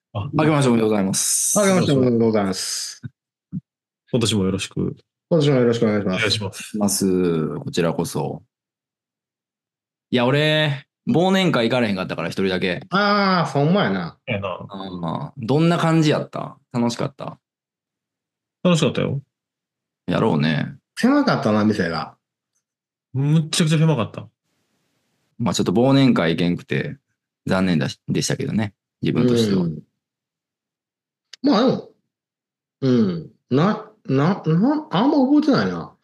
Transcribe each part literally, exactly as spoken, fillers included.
あ、 明けましておめでとうございます。 あけましておめでとうございます。 今年もよろしく今年もよろしくお願いしおます。 願いします。 ますこちらこそ。いや、俺、忘年会行かれへんかったから一人だけ。 ああ、ほんまやな。 やな。 あーどんな感じやった？楽しかった？ 楽しかったよ。 やろうね。 狭かったな、店が。 むっちゃくちゃ狭かった。 まあちょっと忘年会行けんくて残念だしでしたけどね。自分としては。 うんまあでも、うん。な、な、な、あんま覚えてないな。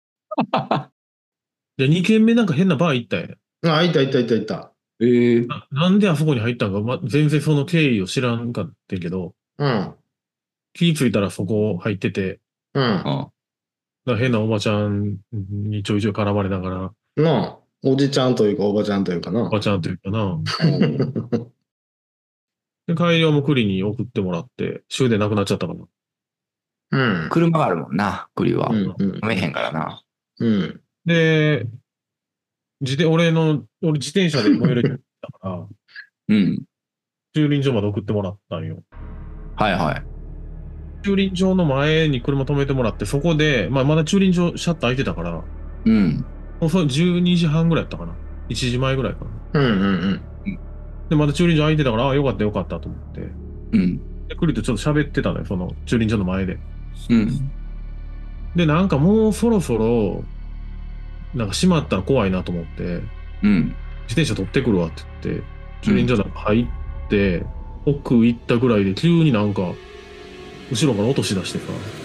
で、に軒目なんか変なバー行ったんや。 あ、いたいたいたいた。 ええな、なんであそこに入ったんか、ま、全然その経緯を知らんかったけど、 うん。 気ぃついたらそこ入ってて、 うん。 あなんか変なおばちゃんにちょいちょい絡まれながら、 なあ、おじちゃんというかおばちゃんというかなお。ばちゃんというかな。 うんで、帰りはもう栗に送ってもらって、終電なくなっちゃったかな。 うん。 車があるもんな、栗は。 うん。 飲めへんからな。 うん。 で、自転、俺の、俺自転車で最寄りに行ったから、 うん。 駐輪場まで送ってもらったんよ。 はいはい。 駐輪場の前に車止めてもらって、そこで、まあ、まだ駐輪場シャッター開いてたから、もうん。 うそれじゅうにじはんぐらいやったかな。いちじまえぐらいかな。 うん。うん。 で、まだ駐輪場開いてたから、ああ、よかったよかったと思って。 うん。 で、クリとちょっと喋ってたのよ、その駐輪場の前で。 うん。 で、なんかもうそろそろ、なんか閉まったら怖いなと思って、 うん。 自転車取ってくるわって言って、駐輪場なんか入って、奥行ったぐらいで急になんか、後ろから落とし出してさ、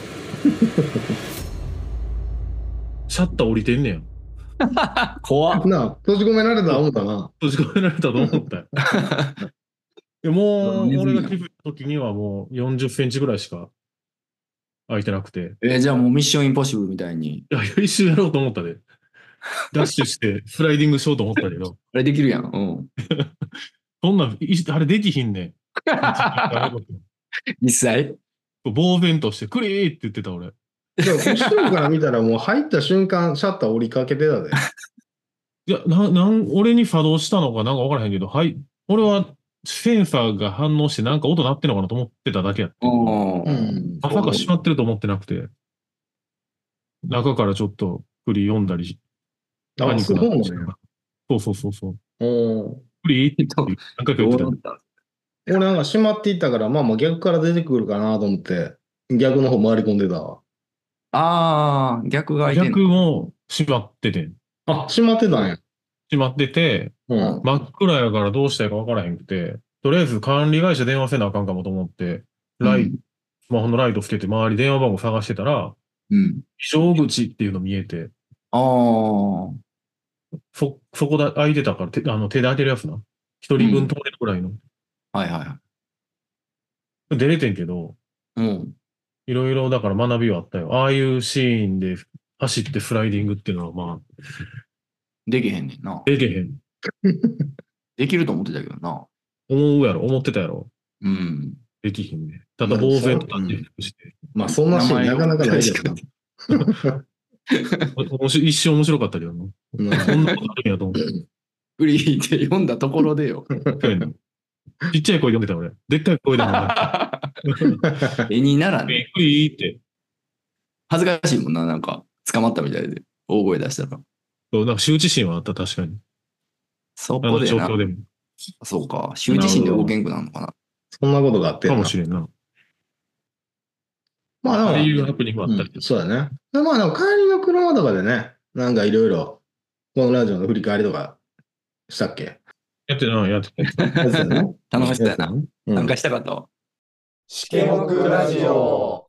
シャッター降りてんねん。 怖っ。 なあ、閉じ込められた思ったな。 閉じ込められたと思ったよ。いやもう、 ネズミやん俺が気づいた時にはもうよんじゅっセンチぐらいしか空いてなくて。 えーじゃあもうミッションインポッシブルみたいに。 いや、一瞬やろうと思ったで。ダッシュしてスライディングしようと思ったけど、 あれできるやん。うん。 そんなん、いあれできひんねん。 実際呆然として、クリーって言ってた俺。 でも、後ろから見たらもう入った瞬間、シャッター降りかけてたで。 いや、な、なん、俺に作動したのかなんかわからへんけど、はい。俺はセンサーが反応してなんか音鳴ってんのかなと思ってただけやって。 う。 うんん。 まさか閉まってると思ってなくて、中からちょっとクリ読んだり、パあ、 ニックそうなになってのね。 そうそうそうそう。 うんクリって何回か言ってたよ。 俺なんか閉まっていったから、まあまあ逆から出てくるかなと思って、逆の方回り込んでたわ。 ああ、逆が開いてん逆の。 も閉まってて、 あ、閉まってたんや。 閉まってて、 うん。 真っ暗やからどうしたいかわからへんくて、とりあえず管理会社電話せなあかんかもと思って、ライ、 うんスマホのライトつけて周り電話番号探してたら、 うん。 非常口っていうの見えて、 ああ。 そ、そこだ、空いてたから、手、あの、手で開けるやつな。一人分通れるくらいの。 はいはいはい。 出れてんけど、 うん。 いろいろだから学びはあったよ。ああいうシーンで走ってスライディングっていうのはまあ、 できへんねんな。 できへん。 できると思ってたけどな。 思うやろ、思ってたやろ。 うん。 できひんね。ただ呆然と立ってして。 まあそんなシーンなかなかないけどな。 お面白い一瞬面白かったけどな。 うんこんなことあるんやと思って。 フリーって読んだところでよ。 ちっちゃい声で読んでた俺。でっかい声でもな絵にならくて。 ね。 びっくりって。 恥ずかしいもんな、なんか、捕まったみたいで。大声出したら。 そう、なんか羞恥心はあった、確かに。 そあのこでな。 状況でも。 そうか。羞恥心で動けんくなるのかな。 そんなことがあってんなかもしれんな。 まあでもああいうハプニングもあったりうんそうだね。でまあでも帰りの車とかでね、なんかいろいろ、このラジオの振り返りとかしたっけやってない、やってない。 やつだよね楽しそうやな。 うん参加したかったわ。 しけもくラジオ。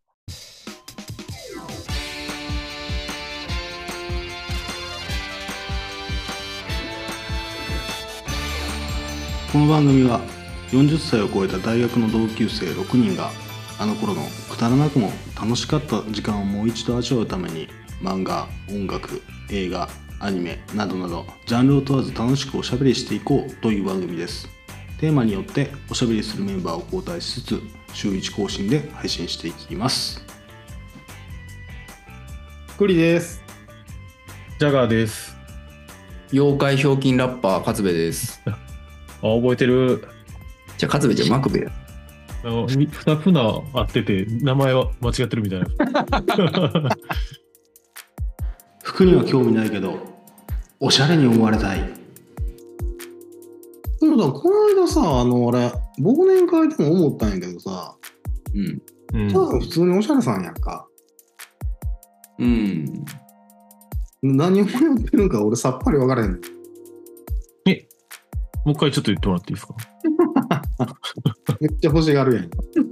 この番組はよんじゅっさいを超えた大学の同級生ろくにんがあの頃のくだらなくも楽しかった時間をもう一度味わうために漫画、音楽、映画、アニメなどなどジャンルを問わず楽しくおしゃべりしていこうという番組です。テーマによっておしゃべりするメンバーを交代しつつ週いち更新で配信していきます。 栗です。 ジャガーです。 妖怪ひょうきんラッパー、勝部です。 あ、覚えてる。 じゃあ、勝部じゃマクベや。 あの二船あってて、名前は間違ってるみたいな。 服には興味ないけど、おしゃれに思われたい。でもさ、この間さ、あの、俺、忘年会でも思ったんやけどさ、 うん。 うんただ普通におしゃれさんやんか。 うん。 何を迷ってるんか俺さっぱり分からへん。 もう一回ちょっと言ってもらっていいですか？ めっちゃ欲しがるやん。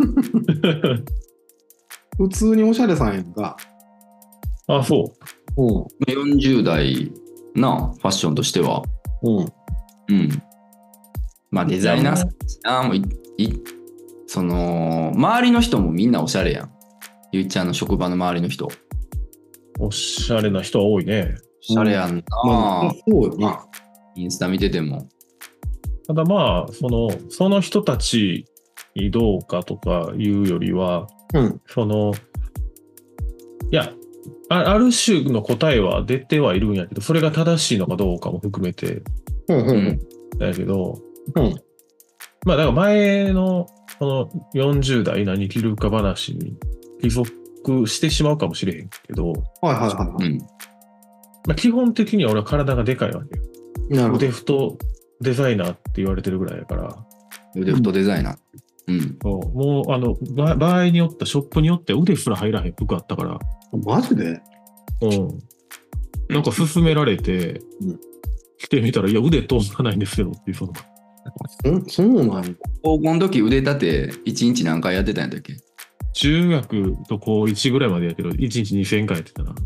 普通におしゃれさんやんか。 あ、そうん。 よんじゅう代な、ファッションとしては。 うん。 うん。まあデザイナーさんな、もういいその、周りの人もみんなおしゃれやん。ゆいちゃんの職場の周りの人。 う。おしゃれな人は多いね。 おしゃれやんな、 まあ、そうよな。 インスタ見てても。 ただまあ、その、その人たちにどうかとかいうよりは、 うん。 その、いや、あある種の答えは出てはいるんやけど、それが正しいのかどうかも含めてうんうんうん。 だけど、 うん。 まあ、だから前の、このよんじゅう代何着るか話に帰属してしまうかもしれへんけど、 はいはいはうん。 まあ、基本的には俺は体がでかいわけよ。 い。なるほど腕。太デザイナーって言われてるぐらいやから、 腕太デザイナー。うん。 そうもう、あの、ば場合によってショップによっては腕すら入らへん服あったから、 マジで？ うん。なんか勧められて、 うん着てみたら、いや、腕通さないんですよっていう、その、 そそうなんや。 高校の時腕立ていちにち何回やってたんだっけ？ 中学と高いちぐらいまでやけど、いちにちにせんかいやってたな。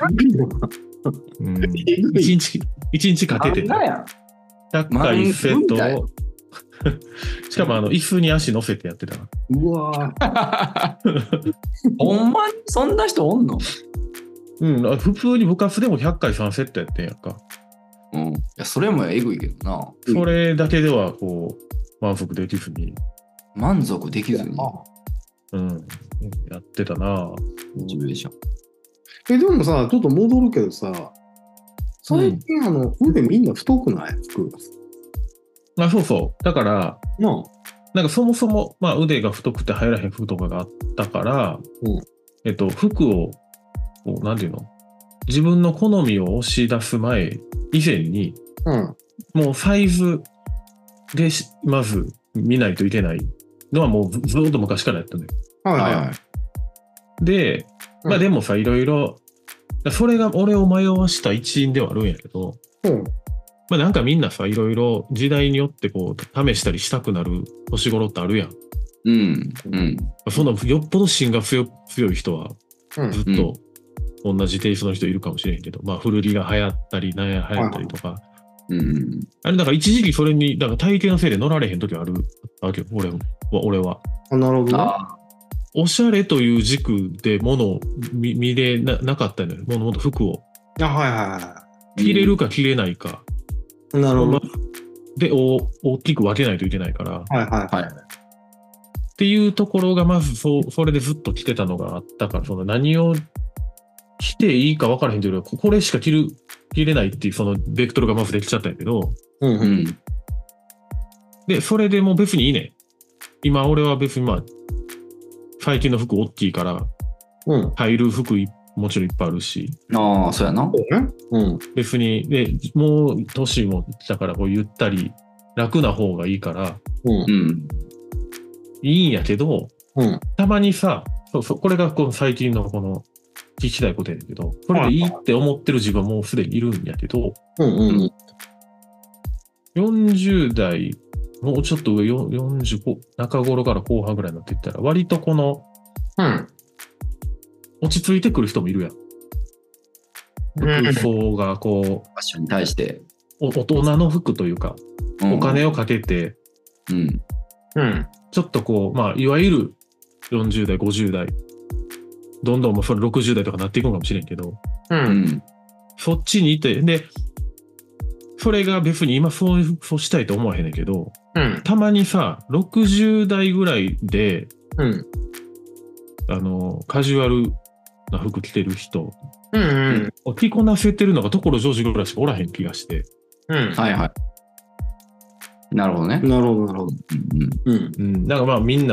うん。いちにち、一日かけてた。 やん。 ひゃっかいセット漫画を、しかもあの、椅子に足乗せてやってたな。 うわぁ。 ほんまにそんな人おんの？ うん、普通に部活でもひゃっかいさんセットやってんやんか。 うん。いや、それもえぐいけどな。 それだけでは、こう、満足できずに、 満足できずに。 うん、やってたな。 モチベーション。 え、でもさ、ちょっと戻るけどさ、最近あの、腕みんな太くない服。 あ、そうそう。だから、 ななんかそもそも、まあ、腕が太くて入らへん服とかがあったから、 うんえっと、服を、こうなんていうの、自分の好みを押し出す前、以前に、 あ。うん。 もうサイズでしまず見ないといけないのはもうずずっと昔からやったんだよ。 はいはい。 はいはい。 で、まあでもさ、いろいろ、それが俺を迷わした一因ではあるんやけど、 うん。 まあなんかみんなさ、いろいろ時代によってこう、試したりしたくなる年頃ってあるやん。 うん。うん。 そのよっぽど芯が強強い人はうん。 ずっと同じテイストの人いるかもしれんけど、まあ古着が流行ったり、なんや流行ったりとか。 うん。 あれだから一時期それに、だから体型のせいで乗られへん時はあるわけよ、俺は。俺は。 あ、なるほどね。 あおしゃれという軸で物を見見れななかったのよ。物、もっと服を。 あ、はいは着れるか着れないか。 いはい。なるほど。 まあで、お大きく分けないといけないから。 はいはいはい。 っていうところがまずそうそれでずっと着てたのがあったから、その何を着ていいか分からへんというよりは、これしか着る着れないっていうそのベクトルがまずできちゃったんやけど、 うんううん。 ん。 でそれでもう別にいいね。今俺は別にまあ最近の服大きいからうん。 入る服いもちろんいっぱいあるし、 ああ、そうやな。 そうね。うん。 別にでもう年もだからこうゆったり楽な方がいいからうんう。ん。 いいんやけど、 うん。 たまにさ、そうそうこれがこの最近のこの聞きたいことやねんけど、これでいいって思ってる自分はもうすでにいるんやけど、 うんうん。 よんじゅう代、もうちょっと上、よよんじゅうご中頃から後半ぐらいになっていったら、割とこのうん。 落ち着いてくる人もいるやん。服装がこファッションに対して。 う、お大人の服というか、 うんお金をかけて、 うん。 うん。 ちょっとこう、まあ、いわゆるよんじゅう代、ごじゅう代、どんどんもうそれろくじゅう代とかなっていくのかもしれんけど、 う。 うんん。 そっちにいて、で、それが別に今そういう、そうしたいと思わへんねんけど、 うん。 たまにさ、ろくじゅう代ぐらいで、 うん。 あの、カジュアルな服着てる人、 うん。 着こなせてるのが所ジョージぐらいしかおらへん気がして、 うん。 はいはい。なるほどね。 なるほど、なるほど。 うんうん。 うん、なんかまあみんな、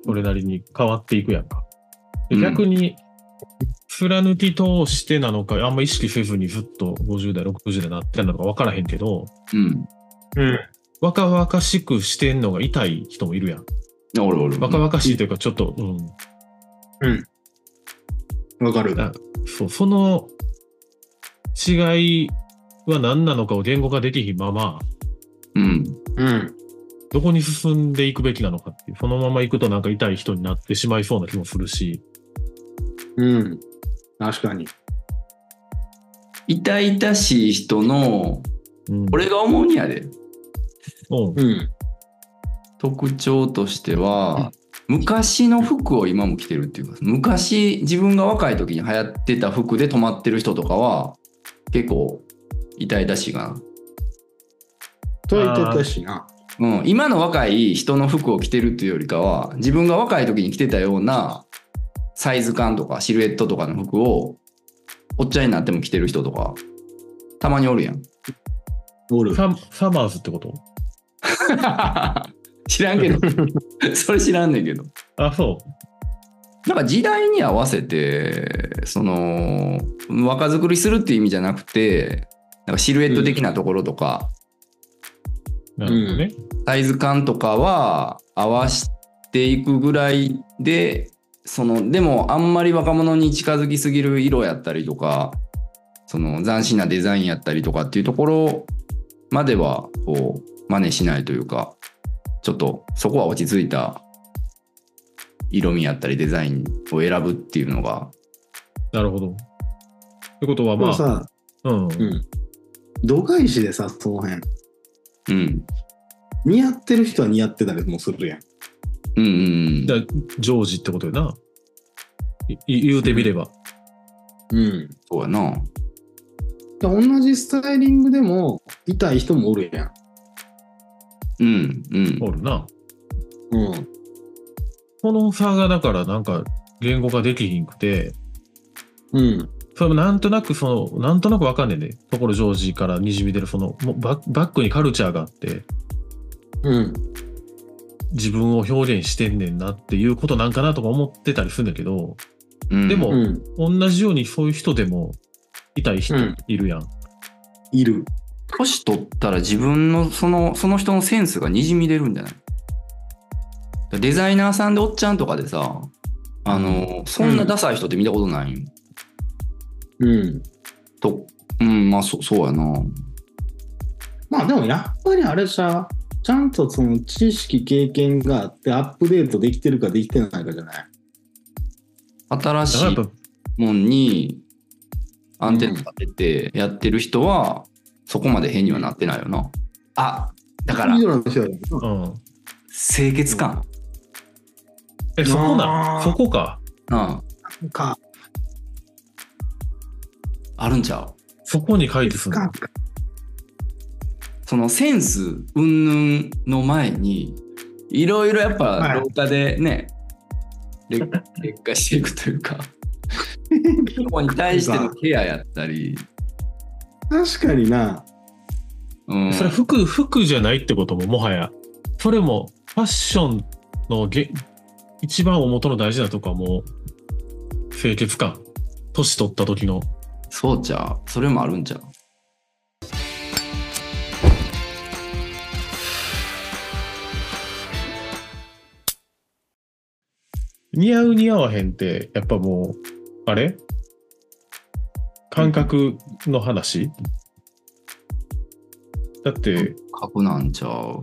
それなりに変わっていくやんか。で逆に、貫き通してなのか、あんま意識せずにずっとごじゅう代、ろくじゅう代になってるのか分からへんけど、 うん。 うん。 若々しくしてんのが痛い人もいるやん。 おるおる。 若々しいというか、ちょっと、うん。 わかる。 あそう、その違いは何なのかを言語化できひんまま、 うん。 うん。 どこに進んでいくべきなのかっていう、そのまま行くとなんか痛い人になってしまいそうな気もするし、 うん。確かに。 痛々しい人の、 うん、 俺が思うにやで、 うんうん。 特徴としては、昔の服を今も着てるっていうか、昔自分が若い時に流行ってた服で止まってる人とかは結構痛々しいかな。 と言ってたしな。 うん、今の若い人の服を着てるっていうよりかは、自分が若い時に着てたようなサイズ感とかシルエットとかの服をおっちゃんになっても着てる人とかたまにおるやん。 おる。 ササマーズってこと？ 知らんけどそれ知らんねんけど、 あ、そなんか時代に合わせてその若作りするっていう意味じゃなくて、なんかシルエット的なところとか、 う。なるほどね。 サイズ感とかは合わしていくぐらいで、そのでもあんまり若者に近づきすぎる色やったりとか、その斬新なデザインやったりとかっていうところまではこう真似しないというか、ちょっとそこは落ち着いた色味やったりデザインを選ぶっていうのが。 なるほど。ってことはまあ、 まあさ、 うん。 うん。度外視でさ、その辺。 うん似合ってる人は似合ってたりもするやん。 うんうんだジョージってことよな。い言うてみれば。 うん。 そうやな。 同じスタイリングでも痛い人もおるやん。 うんうんおるな。 うん。 この差がだからなんか言語化できひんくて、 うん。 それもなんとなくその、なんとなくわかんねんね。ところジョージからにじみ出るその、もうバッバックにカルチャーがあって、 うん。 自分を表現してんねんなっていうことなんかなとか思ってたりするんだけど、 うんでもうん。 同じようにそういう人でも痛い人うんいるやん。 いる。 年取ったら自分のそのその人のセンスがにじみ出るんじゃない？デザイナーさんでおっちゃんとかでさ、あのそんなダサい人って見たことないよ。 うん。 と、うんまあそそうやな。 まあでもやっぱりあれさ、ちゃんとその知識経験があってアップデートできてるかできてないかじゃない。 新しいだからやっぱ、 もんにアンテナ立ててやってる人はそこまで変にはなってないよな。あ、だからいいような人やねんなうん。 清潔感。 え、そこなあーそこか。 うん。 か。 あるんちゃう？ そこに書いてすんの。 か。 そのセンス云々の前にいろいろやっぱはい廊下でね、劣劣化していくというかそこに対してのケアやったり、 確かにな。 うん、 それ服、服じゃないってことももはや。それもファッションのげ一番大元の大事なとこはもう清潔感。年取った時の。 そうちゃう、それもあるんちゃう？ 似合う似合わへんってやっぱもうあれ感覚の話、だって格なんちゃう？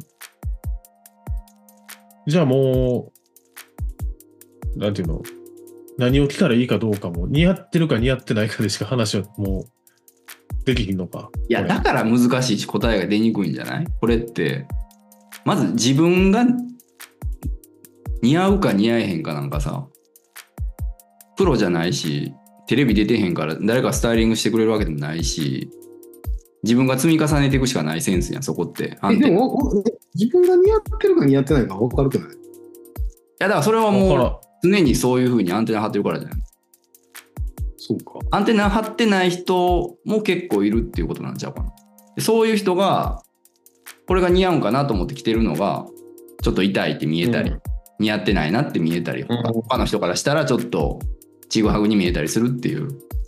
じゃあもうなんていうの、何を着たらいいかどうかも似合ってるか似合ってないかでしか話はもうできひんのか。 いやこれだから難しいし答えが出にくいんじゃない？これってまず自分が似合うか似合えへんかなんかさ、プロじゃないしテレビ出てへんから誰かスタイリングしてくれるわけでもないし、自分が積み重ねていくしかないセンスやん、そこって。 えでもおお自分が似合ってるか似合ってないか分かるくない？ いやだからそれはわもからう常にそういう風にアンテナ張ってるからじゃない？ そうか。 アンテナ張ってない人も結構いるっていうことなんちゃうかな。でそういう人がこれが似合うんかなと思って着てるのがちょっと痛いって見えたり、 うん似合ってないなって見えたり、 うん他の人からしたらちょっとちぐはぐに見えたりするっていう、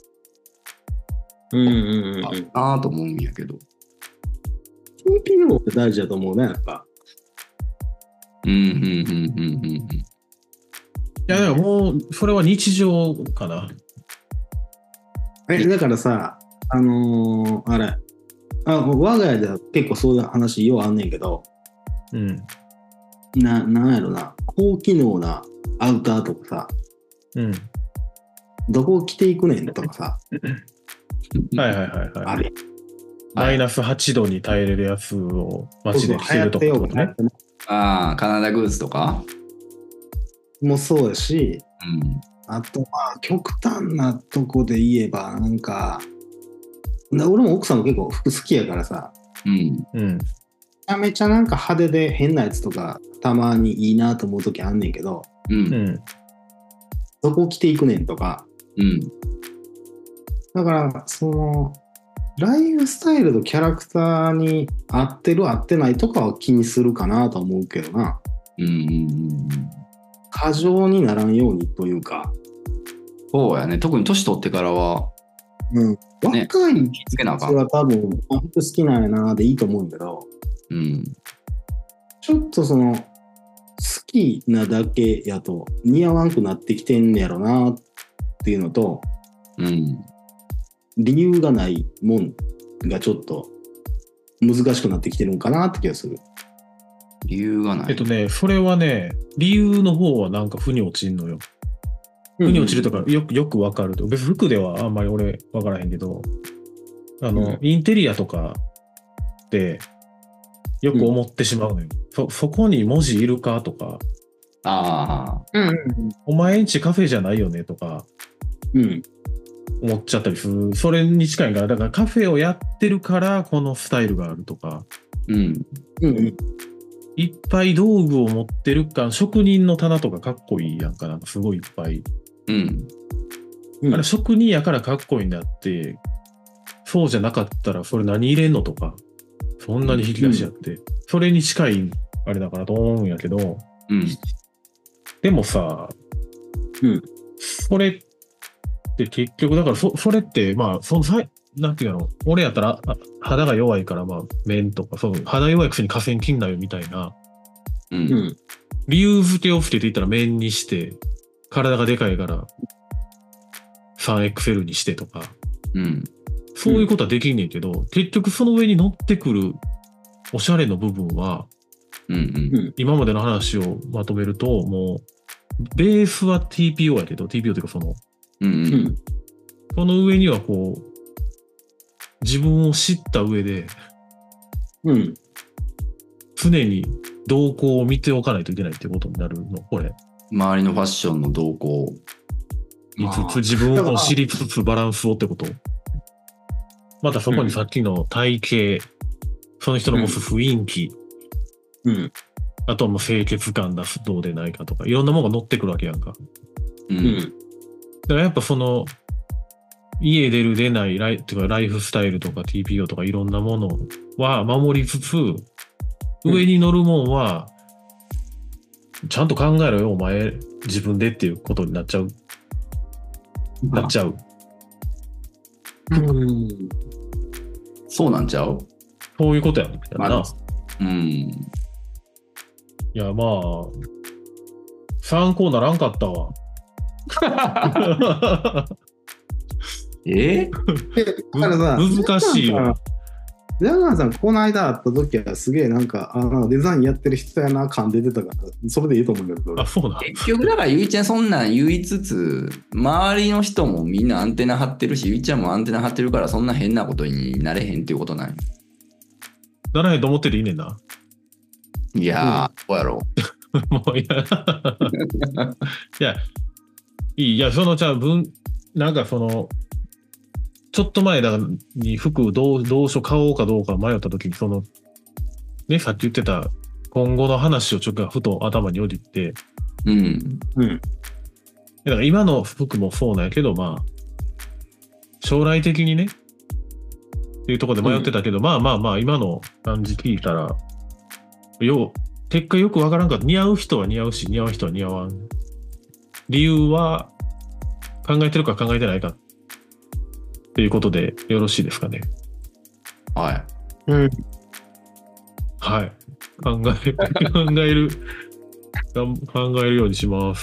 うんうんうんうん。 なあと思うんやけど。 ティーピーオー って大事だと思うね、やっぱ。 うんうんうんうんうんうん。 いや、だからもう、それは日常かな。 え、だからさ、あのーあれ、あ、我が家では結構そういう話ようあんねんけど、 うん。 な、なんやろな、高機能なアウターとかさ、 うん。 どこ着ていくねんとかさ、 はいはいはいはい。 あれ、 マイナスはちどに耐えれるやつを街で着てるとかってことね。 ああ、カナダグースとか。 もそうだし、 うん。 あと、まあ、極端なとこで言えば、なんか、な俺も奥さんも結構服好きやからさ、 うん。 うん。 めちゃめちゃなんか派手で変なやつとか、たまにいいなと思うときあんねんけど、 う。 うんん。 どこ着ていくねんとか、 うん。 だから、その、ライフスタイルとキャラクターに合ってる合ってないとかは気にするかなと思うけどな。 うん。うん。 過剰にならんようにというか、 そうやね。特に年取ってからは、 うん、 ね若い気つけなあか人ん。 は多分、あ服好きなんやなでいいと思うんだけど、 うん。 ちょっとその、好きなだけやと似合わんくなってきてんねやろなっていうのと、 うん。 理由がないもんがちょっと難しくなってきてるんかなって気がする。 理由がない。 えっとね、それはね、理由の方はなんか負に落ちんのよ。負に落ちるとかよくよくわかると。別に服ではあんまり俺わからへんけど、あの、 うんインテリアとかってよく思ってしまうのよ。そ、そこに文字いるかとか、 ああ。 うんお前んちカフェじゃないよねとかうんうん思っちゃったりする。それに近いから、だからカフェをやってるからこのスタイルがあるとか、 うん。 うんうんいっぱい道具を持ってるか、職人の棚とかかっこいいやんか、なんかすごいいっぱい。 うん。 うんあれ職人やからかっこいいんだって、そうじゃなかったらそれ何入れんのとか、そんなに引き出しやって、それに近いあれだからと思うんやけど、 うん。 でもさ、 うんそれって結局、だからそそれって、まあ、その際、なんていうの、俺やったらあ肌が弱いから、まあ、面とか、そう肌弱いくせに河川切んなよみたいな、 う。 うんん理由付けをつけていったら面にして、体がでかいから スリーエックスエル にしてとか、 うん。 そういうことはできんねんけど、結局その上に乗ってくるおしゃれの部分は、 うん。うん。 今までの話をまとめると、もう、ベースは ティーピーオー やけど、ティーピーオー というかその、 うん。う。 うんんその上にはこう、自分を知った上で、 うん常に動向を見ておかないといけないっていうことになるの、これ。 周りのファッションの動向。 見つあーつ、自分を知りつつバランスをってこと。またそこにさっきの体型、その人の持つ雰囲気、 うんあとはもう清潔感だ、どうでないかとか、いろんなものが乗ってくるわけやんか。 う。 うんんだからやっぱその、家出る出ないライ、っていうかライフスタイルとか ティーピーオー とかいろんなものは守りつつ、上に乗るもんは、ちゃんと考えろよ、お前、自分でっていうことになっちゃう。なっちゃう。 うんそうなんちゃう？ そういうことやん、みたいな。 まあうん。 いや、まあ、参考ならんかったわ。 えだからさ難しいわ。 ジャガーさん、この間会った時はすげえなんか、あなんかデザインやってる人やな感出てたから、それでいいと思うんだけど。 あ、そうな。 結局だからゆいちゃんそんなん言いつつ、周りの人もみんなアンテナ張ってるし、ゆいちゃんもアンテナ張ってるからそんな変なことになれへんっていうことない？ ならへんと思ってていいねんな。 いやー、どうやろもう、いや、いや、いい、いや、その、じゃあ、分、なんかその、ちょっと前だに服どう、どうしよう買おうかどうか迷った時に、その、ね、さっき言ってた今後の話をちょっとふと頭に降りて、 う。うん。 うん。 だから今の服もそうなんやけど、まあ、将来的にね、っていうところで迷ってたけど、まあまあまあ、今の感じ聞いたら、よう、 結果よくわからんかった。似合う人は似合うし、似合う人は似合わん。理由は考えてるか考えてないかっていうことでよろしいですかね。 はい。 うん。 はい。考え、考える、考えるようにします。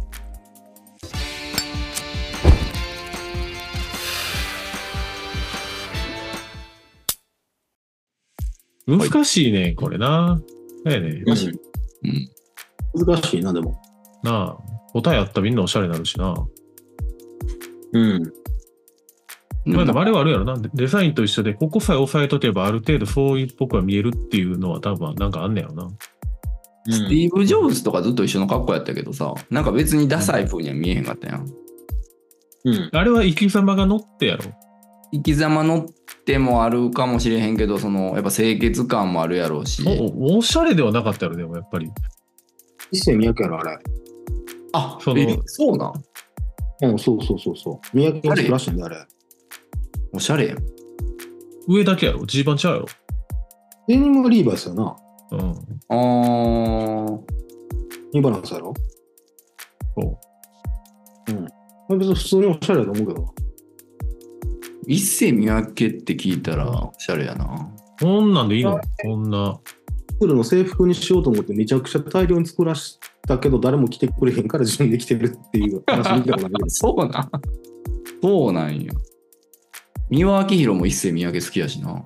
難しいね、これな。だよね。 難しい。 うん。 難しいな、でも。 なあ、答えあったらみんなおしゃれになるしな。 うん。 まあでもあれはあるやろな。デザインと一緒で、ここさえ押さえとけばある程度そういうっぽくは見えるっていうのは多分なんかあんねやろな。 スティーブ・ジョブズとかずっと一緒の格好やったけどさ、なんか別にダサい風には見えへんかったやん。 うん。 あれは生き様が乗ってやろ。 生き様乗ってもあるかもしれへんけど、そのやっぱ清潔感もあるやろうし。 おおしゃれではなかったやろ、でもやっぱり。 一世三宅やろ、あれ。 あ、 そのえそうなん。 うん、そうそうそうそう。三宅が作らしたんだ、あれ。 おしゃれやん。 上だけやろ、ジーパンちゃうやろ。 デニムはリーバイスやな。 うん。 あー。 ニューバランスやろ。 そうん。別に普通におしゃれだと思うけどな。 一世三宅って聞いたらおしゃれやな。 う。こんなんでいいのこんな。 プールの制服にしようと思ってめちゃくちゃ大量に作らしたけど誰も着てくれへんから自分で着てるっていう話見たことないそうなん。そうなんや。三輪明宏も一世三宅好きやしな。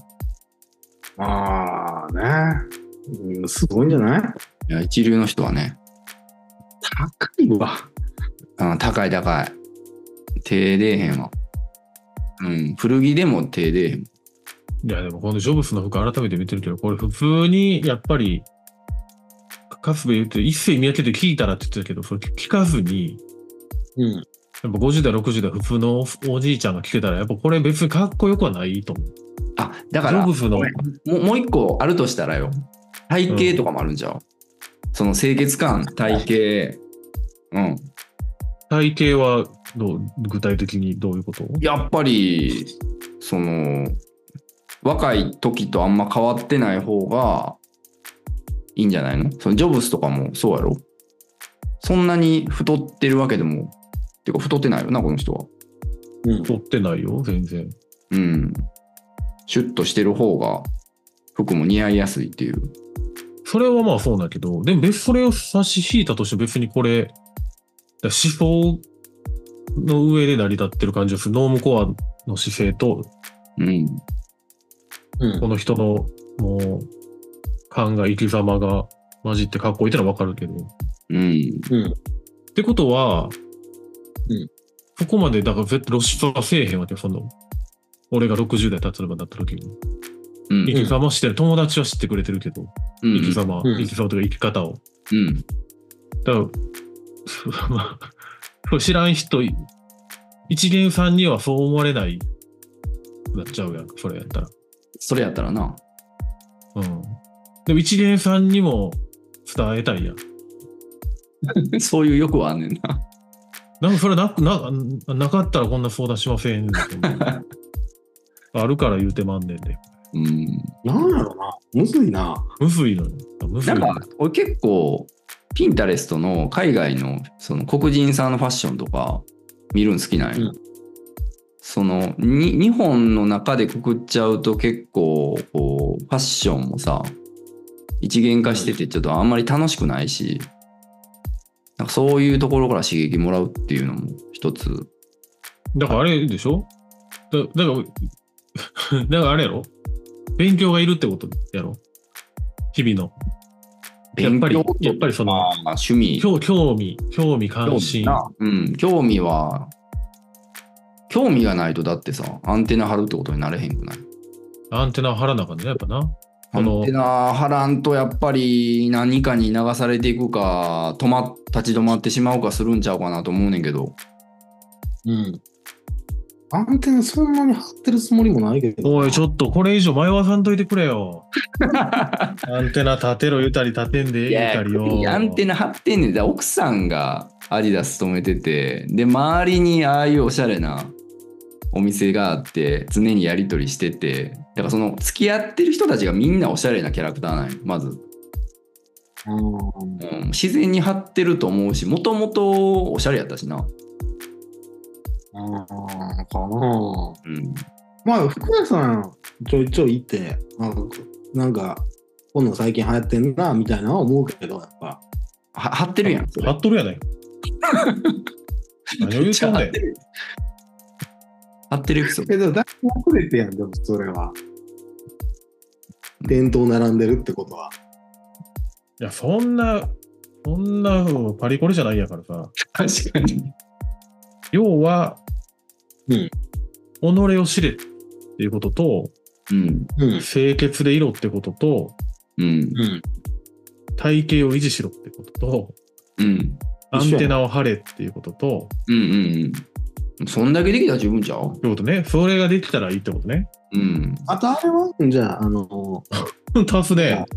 ああね、うん、すごいんじゃない？ いや、一流の人はね。 高いわ。 あ、高い高い。手出えへんわ。うん。古着でも手出えへん。 いや、でもこのジョブスの服改めて見てるけど、これ普通にやっぱり、カスベ言って一世三宅で聞いたらって言ってたけど、それ聞かずに、 うん。 やっぱごじゅう代、ろくじゅう代普通のおじいちゃんが着てたら、やっぱこれ別にかっこよくはないと思う。 あ、だから、 ジョブズのもうもう一個あるとしたらよ。体型とかもあるんちゃう、うん、その清潔感、体型。うん。 体型はどう、具体的にどういうこと？ やっぱり、その、若い時とあんま変わってない方がいいんじゃないの？そのジョブスとかもそうやろ？そんなに太ってるわけでも、てか太ってないよな、この人は。 うん。 太ってないよ、全然。 うん。シュッとしてる方が服も似合いやすいっていう。 それはまあそうだけど、でも別それを差し引いたとして別にこれ、思想の上で成り立ってる感じがする。ノームコアの姿勢と、 うん。 うん。 この人のもう考え、生き様が混じってかっこいいってのはわかるけど。 うん。 うん。 ってことは、 うん。 そこまでだから絶対露出はせえへんわけよ、その。俺がろくじゅう代立つばだった時に。 うん。 生き様してる。友達は知ってくれてるけど、 うん。 生き様、 うん生き様というか生き方を。 うん。 だから、まあそう知らん人、一元さんにはそう思われないなっちゃうやん、それやったら。 それやったらな。 うん。でも一元さんにも伝えたいやん。 そういう欲はあんねんな。 なんかそれな、な、なかったらこんな相談しませんと思う。あるから言うてまんねんで。 うん。 なんやろな。むずいな。 むずいのよ。むずないんのよ。 か、俺結構、ピンタレストの海外のその黒人さんのファッションとか見るん好きなんよ。 うんそのに日本の中でくくっちゃうと結構こうファッションもさ一元化しててちょっとあんまり楽しくないし、なんかそういうところから刺激もらうっていうのも一つ。 だからあれでしょだだから、だからあれやろ勉強がいるってことやろ日々の。やっぱり、やっぱりその、 まあ、趣味。 興興味、興味関心。 うん、興味は、興味がないとだってさ、アンテナ張るってことになれへんくない？ アンテナ張らなあかんね、やっぱな。 アンテナ張らんとやっぱり何かに流されていくか、止ま、立ち止まってしまうかするんちゃうかなと思うねんけど。 うん。アンテナそんなに張ってるつもりもないけど。 おい、ちょっとこれ以上迷わさんといてくれよ。アンテナ立てろ言うたり立てんでええ言うたりよ。 いやアンテナ張ってんねん。だから奥さんがアディダス勤めてて、で、周りにああいうおしゃれなお店があって、常にやり取りしてて、だからその付き合ってる人たちがみんなおしゃれなキャラクターなんよ、まず。 うん、自然に張ってると思うし、もともとおしゃれやったしな。 ああ、かな。 うん。 まあ、服屋さんちょいちょい行って、なんか、なんかこんなん最近流行ってんな、みたいなのは思うけど、やっぱ。 は張ってるやん。それ貼っとるやないか。何を言うとんねん。 張ってるエピソード。 けど、だいぶ遅れてやん、でもそれは。店頭並んでるってことは。 いや、そんな、そんなパリコレじゃないやからさ。 確かに。 要は、 うん。 己を知れっていうことと、 うん。 うん。 清潔でいろってことと、 うん。 うん。 体型を維持しろってことと、 うん。 アンテナを張れっていうことと、 うんうんうん。そんだけできたら十分ちゃう？ ってことね。それができたらいいってことね。 うん。 あとあれはじゃあ、あの、 足すね。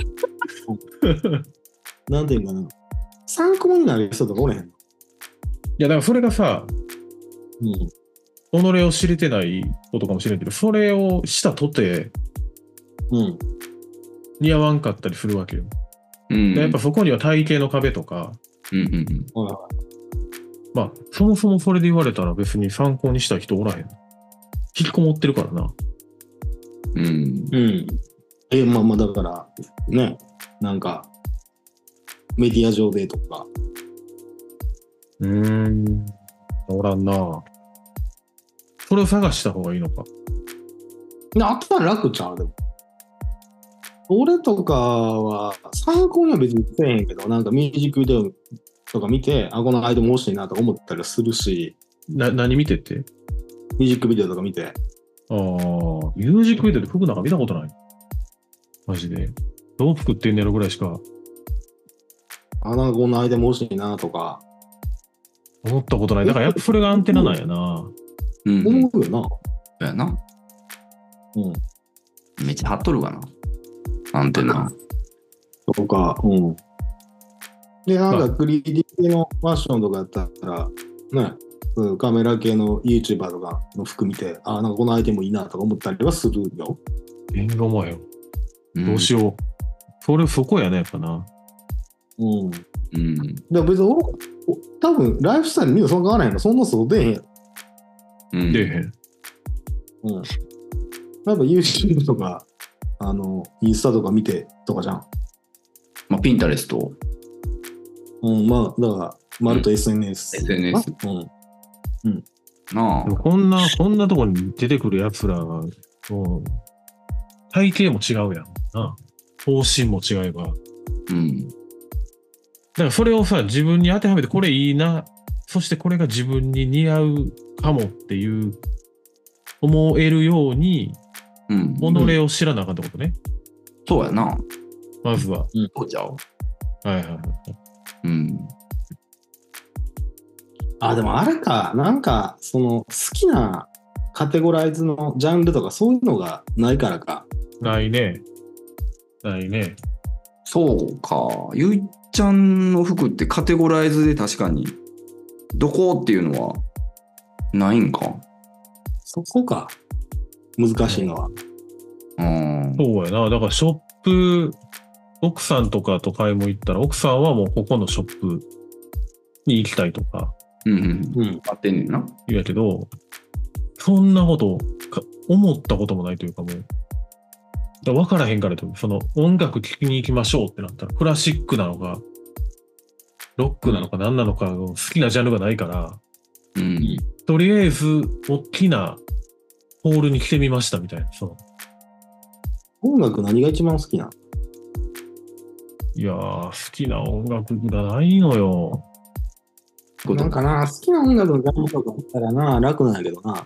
なんていうかな。参考になる人とかおれへんの。 いや、だからそれがさ、 うん。 己を知れてないことかもしれんけど、それをしたとてうん。 似合わんかったりするわけよ。 うん。 でやっぱそこには体型の壁とか、 うんうんうん。 はいはまあ、そもそもそれで言われたら別に参考にした人おらへん。引きこもってるからな。 うん。 い。うん。え、まあまあ、だから、ね、なんか、メディア上でとか。 うーん。おらんな。それを探した方がいいのか。 あったら楽ちゃうでも。俺とかは参考には別にせえへんけど、なんかミュージックビデオとか見て、あ、このアイドルも欲しいなとか思ったりするし、 な、何見てって？ ミュージックビデオとか見て、 ああ、ミュージックビデオで服なんか見たことない。マジで。どう服ってんねやろぐらいしかあ、なんかこのアイドルも欲しいなとか、 思ったことない。だからやっぱそれがアンテナなんやな。 うん。 思うよな。 そうやな。 うん。 めっちゃ張っとるかな。アンテナ。 とか、うん。で、なんか スリーディー 系のファッションとかやったら、ね、うんカメラ系の YouTuber とかの服見て、あ、なんかこのアイテムいいなとか思ったりはするよ。 えんがお前よ。 んどうしよう。それそこやね、やっぱな。 うん。 うん。 でも別に俺、多分ライフスタイルみんなそんな変わらへんの。そんな外出えへんやん。 うん。 出えへん。 うん。やっぱ YouTube とか、あの、インスタとか見てとかじゃん。 まあ、ピンタレスト。 うん、まあ、だから、まると エスエヌエス。 エスエヌエス。 うん。 なあで。もこんな、こんなとこに出てくる奴らが、もう、体型も違うやんな。方針も違えば。だうん。 からそれをさ、自分に当てはめて、これいいな、そしてこれが自分に似合うかもっていう、思えるように、 うん。 己を知らなあかんってことね。 そうやな。 まずは。 そうちゃう。 はいはいはい。 うん。 あ、でもあれか、なんか、その、好きなカテゴライズのジャンルとかそういうのがないからか。 ないね。ないね。 そうか。ゆいちゃんの服ってカテゴライズで確かに、どこっていうのはないんか。 そこか。難しいのは。 うん。 そうやな。だからショップ、奥さんとかと買いも行ったら、奥さんはもうここのショップに行きたいとかうんうん。 うん。 買ってんねんな。 言うやけど、そんなことか思ったこともないというかもう、だから分からへんからと、その音楽聴きに行きましょうってなったら、クラシックなのか、ロックなのか何なのか、好きなジャンルがないから、 うん。 とりあえず大きなホールに来てみましたみたいな。その音楽何が一番好きなの？ いやー、好きな音楽がないのよ。 なんかな、好きな音楽のジャンルとか言ったらな、楽なんやけどな。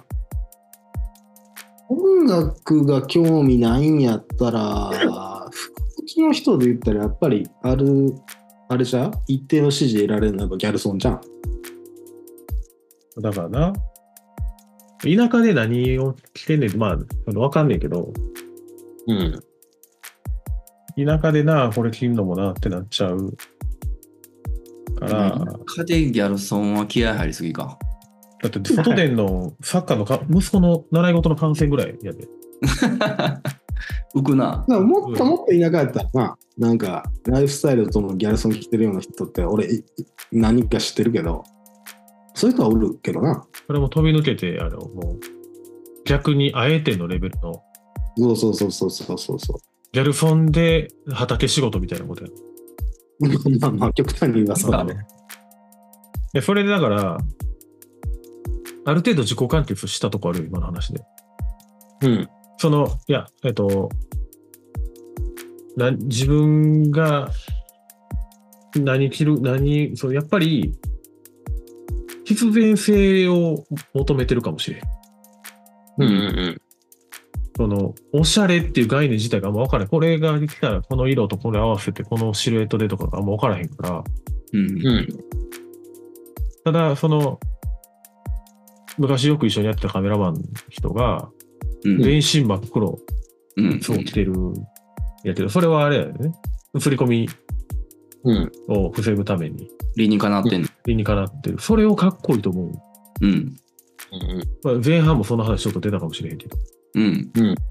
音楽が興味ないんやったら、服好きの人で言ったらやっぱりある、あれじゃ一定の支持得られるのはやっぱギャルソンじゃん。 だからな、田舎で何を着てんねん、まあ、わかんねえけど、 うん。 田舎でな、これ着んのもなってなっちゃうから、 家でギャルソンは気合入りすぎか。 だって外でのサッカーのか息子の習い事の観戦ぐらいやで。 浮くな。 だからもっともっと田舎やったらな、なんかライフスタイルとのギャルソン着てるような人って俺い何人か知ってるけど、そういう人はおるけどな。 これも飛び抜けて、あの、もう、逆にあえてのレベルの、 そうそうそうそうそうそうそう。 ギャルソンで畑仕事みたいなことや。 まあまあ極端に言いますからね。 で、それでだから、ある程度自己完結したとこあるよ、今の話で。 うん。 その、いや、えっと、な自分が何着る、何、そう、やっぱり、必然性を求めてるかもしれん。 うんうんその、おしゃれっていう概念自体があんま分からない。これができたら、この色とこれ合わせて、このシルエットでとかがあんま分からへんから。 うんうん。うん。 ただ、その、昔よく一緒にやってたカメラマンの人が、 うん全身真っ黒、 うんそう着てる、やけど、それはあれだよね。映り込みうん。 を防ぐために、 理にかなってんの。 理にかなってる。それをかっこいいと思う。 うん。 まあ、前半もその話ちょっと出たかもしれへんけど、 うん。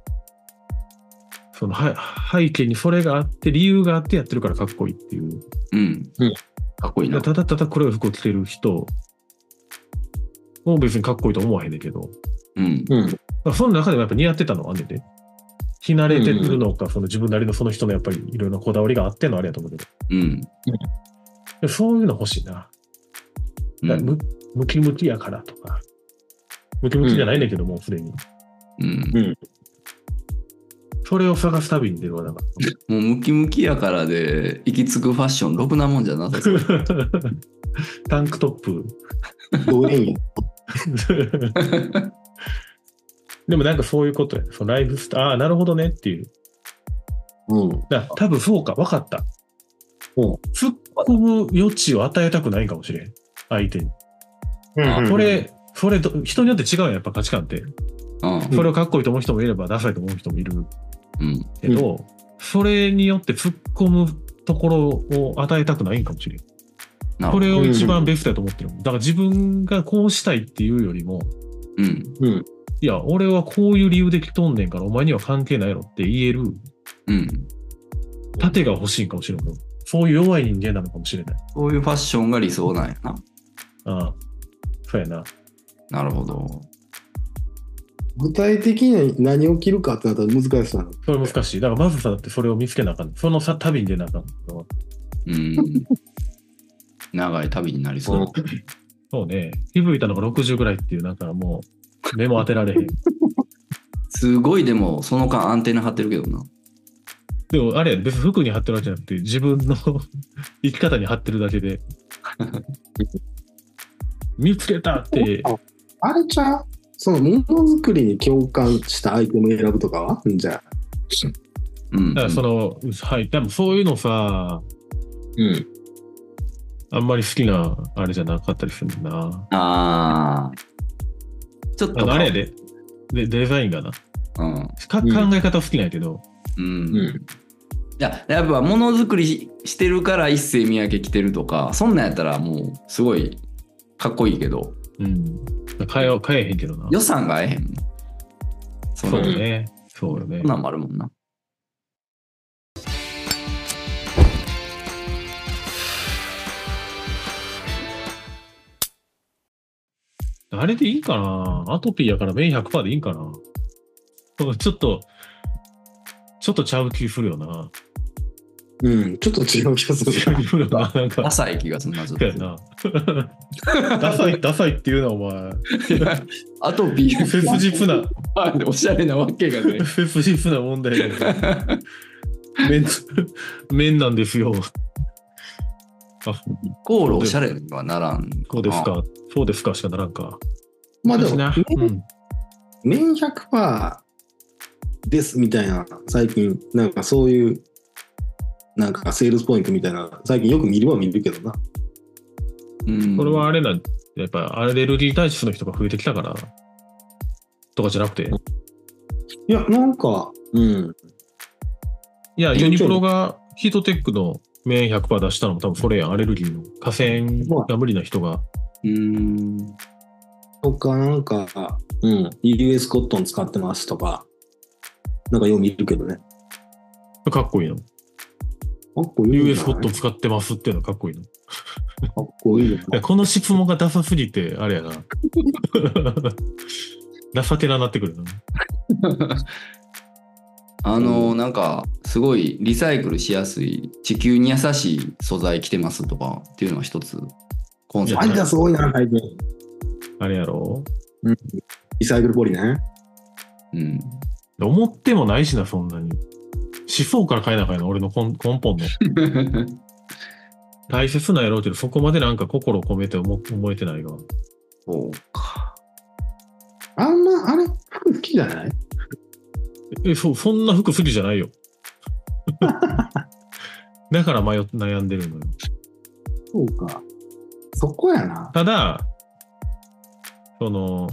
そのは背景にそれがあって、理由があってやってるからかっこいいっていう。 うん。かっこいいな。 ただただ黒い服を着てる人も別にかっこいいと思わへんねんけど、 うん。 うん。 まあ、その中でもやっぱ似合ってたのはあんねんで。着慣れてるのか、その自分なりのその人のやっぱりいろいろなこだわりがあってのあれやと思うけど、 うん。 でそういうの欲しいな。だからむムキムキやからとか、ムキムキじゃないんだけどもうすでに。 うん。 それを探す旅に出るわ、だかもうムキムキやからで行き着くファッションろくなもんじゃなさそう。 ら。タンクトップ。 どうでいいんや。 でもなんかそういうことや。そのライフスタイル、ああ、なるほどねっていう。 うん。 だから多分そうか、分かった。 うん突っ込む余地を与えたくないかもしれん。相手に。 うんこれ、それど、人によって違うよ、やっぱ価値観って。 うん。 それをかっこいいと思う人もいれば、ダサいと思う人もいるうん。 けど、それによって突っ込むところを与えたくないんかもしれん。こなるほど。 れを一番ベストだと思ってる。だから自分がこうしたいっていうよりも、 うん。 うん。 いや、俺はこういう理由で来とんねんから、お前には関係ないやろって言えるうん。 盾が欲しいかもしれん。そういう弱い人間なのかもしれない。 そういうファッションが理想なんやな。 ああ、そうやな。 なるほど。 具体的に何を着るかってなったら難しさなの。 それ難しい。だからまずさ、だってそれを見つけなあかん。そのさ、旅に出なあかん。 うん。長い旅になりそう。 そうね。気づいたのがろくじゅうぐらいっていう、なんかもう、目も当てられへん。 すごいでも、その間アンテナ張ってるけどな。 でも、あれや別に服に貼ってるわけじゃなくて、自分の生き方に貼ってるだけで。見つけたって。 あれちゃうそのものづくりに共感したアイテム選ぶとかはんじゃあ。 うん。 だからその、はい。でもそういうのさ、 うん。 あんまり好きなあれじゃなかったりするんだな。 ああ。ちょっと。 あの、あれやで。で、デザインがな。 うん。 かうん考え方好きなんやけど、 うん。 うん。 いや、やっぱものづくりししてるから一世三宅着てるとか、そんなんやったらもうすごいかっこいいけど、 うん。買え、買えへんけどな。 予算が合えへんもん。そそうのね。そうよねそん。なんもあるもんな。 あれでいいかな。アトピーやからメイン ひゃくパーセント でいいんかな。ちょっと、ちょっとちゃう気するよな。 うん。ちょっと違う気がするな。 なんか、 ダサい気がするな、ずっと。 そうやな。ダサい、ダサいっていうのはお前、 アトピー切実な、 おしゃれなわけがね。 切実な問題だよ。面、面なんですよ。あ、 コールおしゃれにはならん。 そうですか。そうですかしかならんか。 まあでも、 な。うん。 面 ひゃくパーセント ですみたいな、最近、なんかそういう、なんかセールスポイントみたいな、最近よく見るは見るけどな。 うん。 これはあれな、やっぱアレルギー体質の人が増えてきたから、とかじゃなくて。 いや、なんか、うん。 いや、ユニクロがヒートテックの面 ひゃくパーセント 出したのも多分それやん。アレルギーの河川が無理な人が。 うーん。 とか、なんか、うん、ユーエス コットン使ってますとか、 なんかよう見るけどね。 かっこいいの。 かっこいい。 ユーエス ホット使ってますっていうのはかっこいいの。 かっこいいよいやこの質問がダサすぎて、あれやな。情けななってくるな。 あのなんかすごいリサイクルしやすい地球に優しい素材着てますとかっていうのは一つコンセプト。 あんたすごいな、最近。 あれやろリサイクルポリね。 うん。 思ってもないしな、そんなに。思想から変えなあかんの、俺の根根本の。大切なんやろうけど、そこまでなんか心を込めて思思えてないわ。 そうか。 あんま、あれ、服好きじゃない？ え、そ、そんな服好きじゃないよ。だから迷っ悩んでるのよ。 そうか。そこやな。 ただ、その、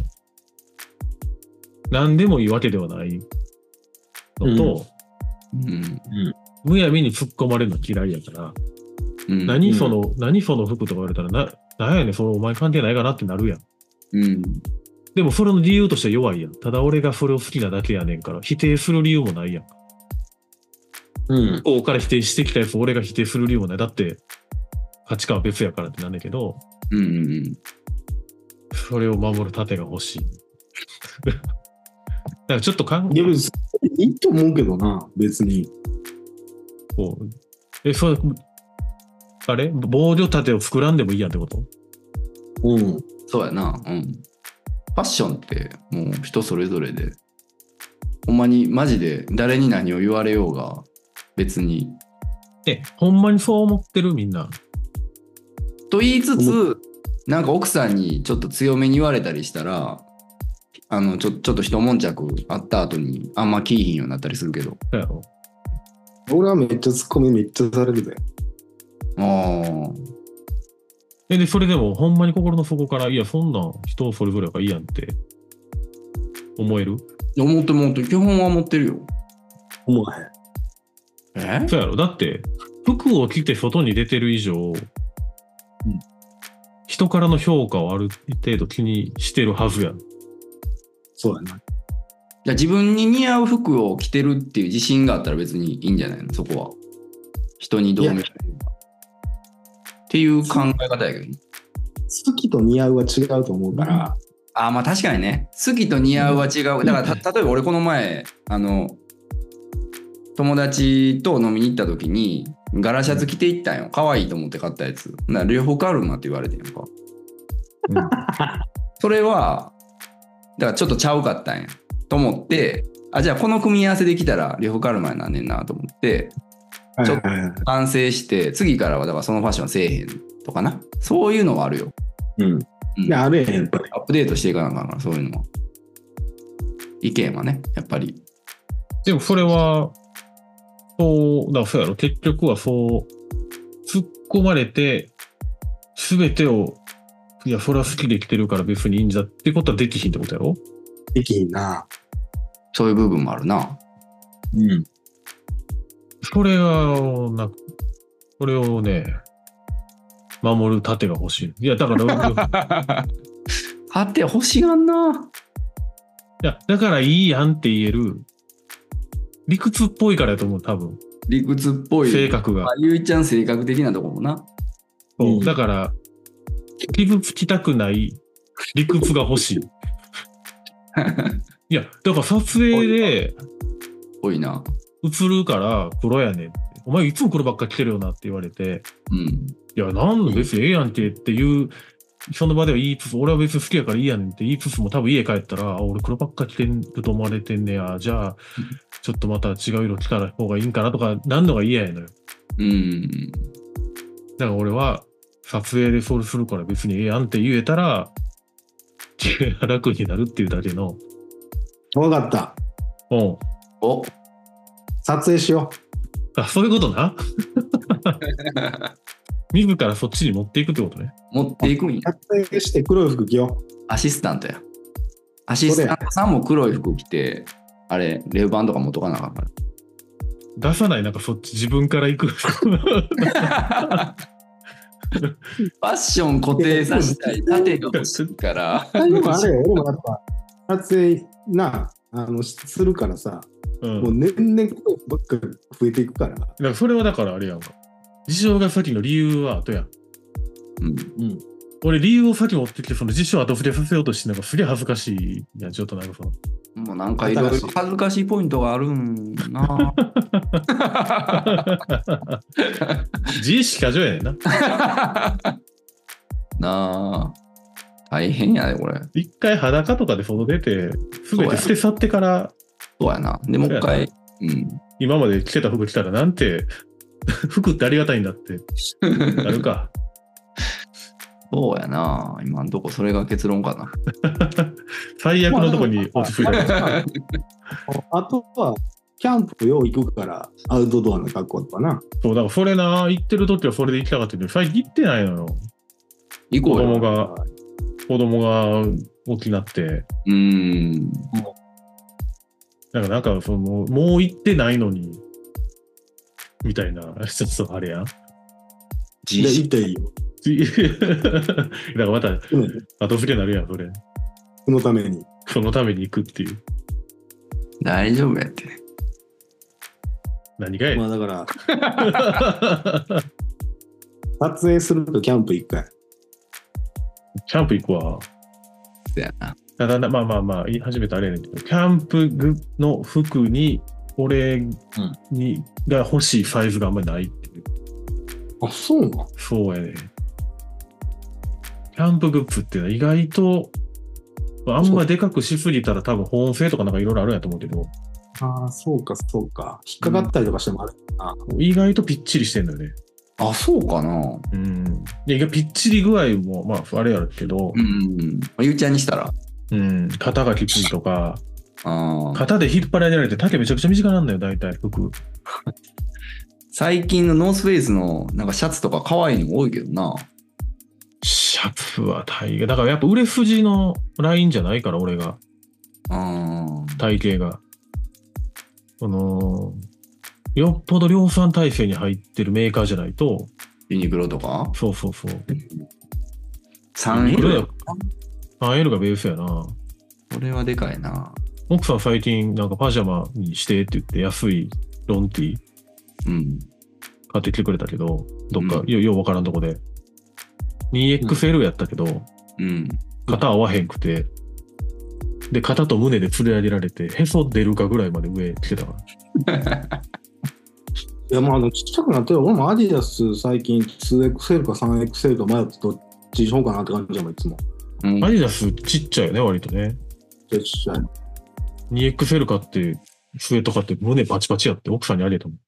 何でもいいわけではないのと、 うん。 むやみに突っ込まれるの嫌いやから、 うん。 何その、何その服とか言われたら、な、なんやねん、それお前関係ないかなってなるやん。 うん。 でもそれの理由としては弱いやん。ただ俺がそれを好きなだけやねんから、否定する理由もないやん。 うん。 こうから否定してきたやつを俺が否定する理由もない。だって、価値観は別やからってなんだけど、 うん。うん。 それを守る盾が欲しい。だからちょっと考えいや、別にいいと思うけどな、別に。 こう、え、それ、あれ防御盾を作らんでもいいやんってこと？ うん。 そうやな。うん。ファッションってもう人それぞれで、ほんまにマジで誰に何を言われようが別に。 え、ほんまにそう思ってるみんな。 と言いつつ、なんか奥さんにちょっと強めに言われたりしたら、あのちょちょっと一悶着あった後にあんま気いひんようになったりするけど。 そうやろ。 俺はめっちゃツッコミめっちゃされるぜ。 ああ。 え、で、それでもほんまに心の底から、いや、そんなん人それぞれやからいいやんって思える？ 思って思って、基本は思ってるよ。 思わへん。 えそうやろ。だって、服を着て外に出てる以上、人からの評価をある程度気にしてるはずやん。 そうやな。 いや自分に似合う服を着てるっていう自信があったら別にいいんじゃないのそこは。人にどう見られるか。っていう考え方やけどね。 好きと似合うは違うと思うから。 ああまあ確かにね。好きと似合うは違う。だからた例えば俺この前、あの、友達と飲みに行った時に柄シャツ着て行ったんよ。可愛いと思って買ったやつ。な両方カルマって言われてんやんか。 うん、 それは、だからちょっとちゃうかったんや。と思って、あ、じゃあこの組み合わせできたら両方カルマになんねんなと思って、ちょっと反省して、次からはだからそのファッションせえへんとかな。そういうのはあるよ。 うん。 うんいや、あるやん、やっぱり。 アップデートしていかなあかんから、そういうのは。意見はね、やっぱり。 でもそれは、そう、だからそうやろ。結局はそう、突っ込まれて、すべてを、いや、それは好きで生きてるから別にいいんじゃってことはできひんってことやろ？ できひんな。 そういう部分もあるな。 うん。 それは、な、これをね、守る盾が欲しい。いや、だから、 はて、欲しがんな。 いや、だからいいやんって言える、理屈っぽいからやと思う、多分。 理屈っぽい。 性格が。 あゆいちゃん性格的なとこもな。 そううんだから、傷つきたくない理屈が欲しい。いや、だから撮影でぽいな。 映るから黒やねんって。お前いつも黒ばっか着てるよなって言われて、 うん。 いや、なんの別にええやんけっていう、その場では言いつつ、俺は別に好きやからいいやねんって言いつつも多分家帰ったら、あ俺黒ばっか着てると思われてんねや。じゃあ、ちょっとまた違う色着た方がいいんかなとか、なんのが嫌やのよ。 うん。 だから俺は、撮影でそれするから別にええやんって言えたら、気が楽になるっていうだけの。 わかった。 うん。 お撮影しよあ、そういうことな。自らそっちに持っていくってことね。 持っていくんや。 う。撮影して黒い服着よアシスタントや。アシスタントさんも黒い服着て、あれ、レブ版とか持っとかなあかんから。 出さない、なんかそっち自分から行く。 ファッション固定させたい盾が欲しいから。 う。でもあれよ、俺もやっぱ、撮影な、あの、するからさ、 うん。 もう年々ことばっかり増えていくから。 だからそれはだからあれやんか。事象が先の理由は後やん。 うん。 うん。 俺理由を先持ってきて、その事象を後付けさせようとして、なんかすげえ恥ずかしいやん、ちょっとなんかその。 もうなんかいろいろ恥ずかしいポイントがあるんな。 自意識過剰やねんな。 なあ。大変やで、これ。 一回裸とかで外出て、すべて捨て去ってから、 そうやな。でもう一回、うん。 今まで着てた服着たらなんて、服ってありがたいんだって、なるか。 そうやな。今んとこそれが結論かな。 最悪のとこに落ち着いた。 あとは、キャンプよう行くから、アウトドアの格好とかな。 そう、だからそれな、行ってる時はそれで行きたかったけど、最近行ってないのよ。子行こうよ。 供が、子供が大きくなって。 うーん。 なんか、なんかその、もう行ってないのに、みたいな、ちょっとあれやん。 で、行っていいよ。 だからまた、 うん。 後付けになるやん、それ。 そのために。 そのために行くっていう。 大丈夫やって。 何がやねん。 まあだから、撮影するとキャンプ一回。 キャンプ行くわ。 そうやな。 ただ、まあまあまあ、言い始めたらあれやねんけど、キャンプグの服に、俺に、が欲しいサイズがあんまりないっていう。 あ、そうな。 そうやね。キャンプグッズっていうのは意外と、あんまでかくしすぎたら多分保温性とかなんかいろいろあるんやと思うけど、 ああ、そうか、そうか。引っかかったりとかしてもあるな。 意外とぴっちりしてんだよね。 あ、そうかな。 うん。で、意外とぴっちり具合も、まあ、あれやるけどう、ん。ゆうちゃんにしたら。 うん、肩がきついとか、 あー肩で引っ張られて丈めちゃくちゃ短くなるんだよ、大体、服。 最近のノースフェイスのなんかシャツとか可愛いの多いけどな。 シャツは大概。だからやっぱ売れ筋のラインじゃないから、俺が。 あ体型が。その、よっぽど量産体制に入ってるメーカーじゃないと、 ユニクロとかそうそうそう。 さんエル や。 スリーエル がベースやな。 これはでかいな。 奥さん最近なんかパジャマにしてって言って安いロンティうん。 買ってきてくれたけど、どっか、 うんよようわからんとこで。ツーエックスエル やったけど、 うん。 肩合わへんくて、で、肩と胸で吊り上げられて、へそ出るかぐらいまで上来てたから。 いや、まあ、あの、ちっちゃくなってる。俺もアディダス最近 ツーエックスエル か スリーエックスエル か迷ってどっちにしようかなって感じじゃん、いつも。 うんアディダスちっちゃいよね、割とね。 ちっちゃい。 ツーエックスエル 買って、スウェット買って胸パチパチやって奥さんにあげたもん。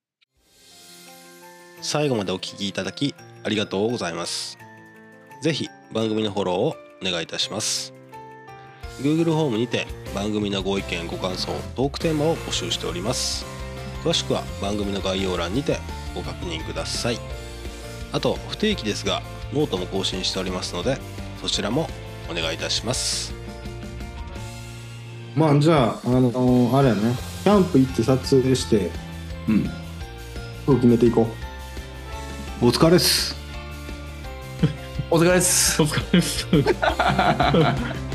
最後までお聞きいただきありがとうございます。ぜひ番組のフォローをお願いいたします。 Google ホームにて番組のご意見ご感想トークテーマを募集しております。詳しくは番組の概要欄にてご確認ください。あと不定期ですがノートも更新しておりますのでそちらもお願いいたします。 まあ、じゃあ、あのーあれやね。キャンプ行って撮影して、 うん。 服決めていこう。 お疲れです。 お疲れです。 お疲れ様です。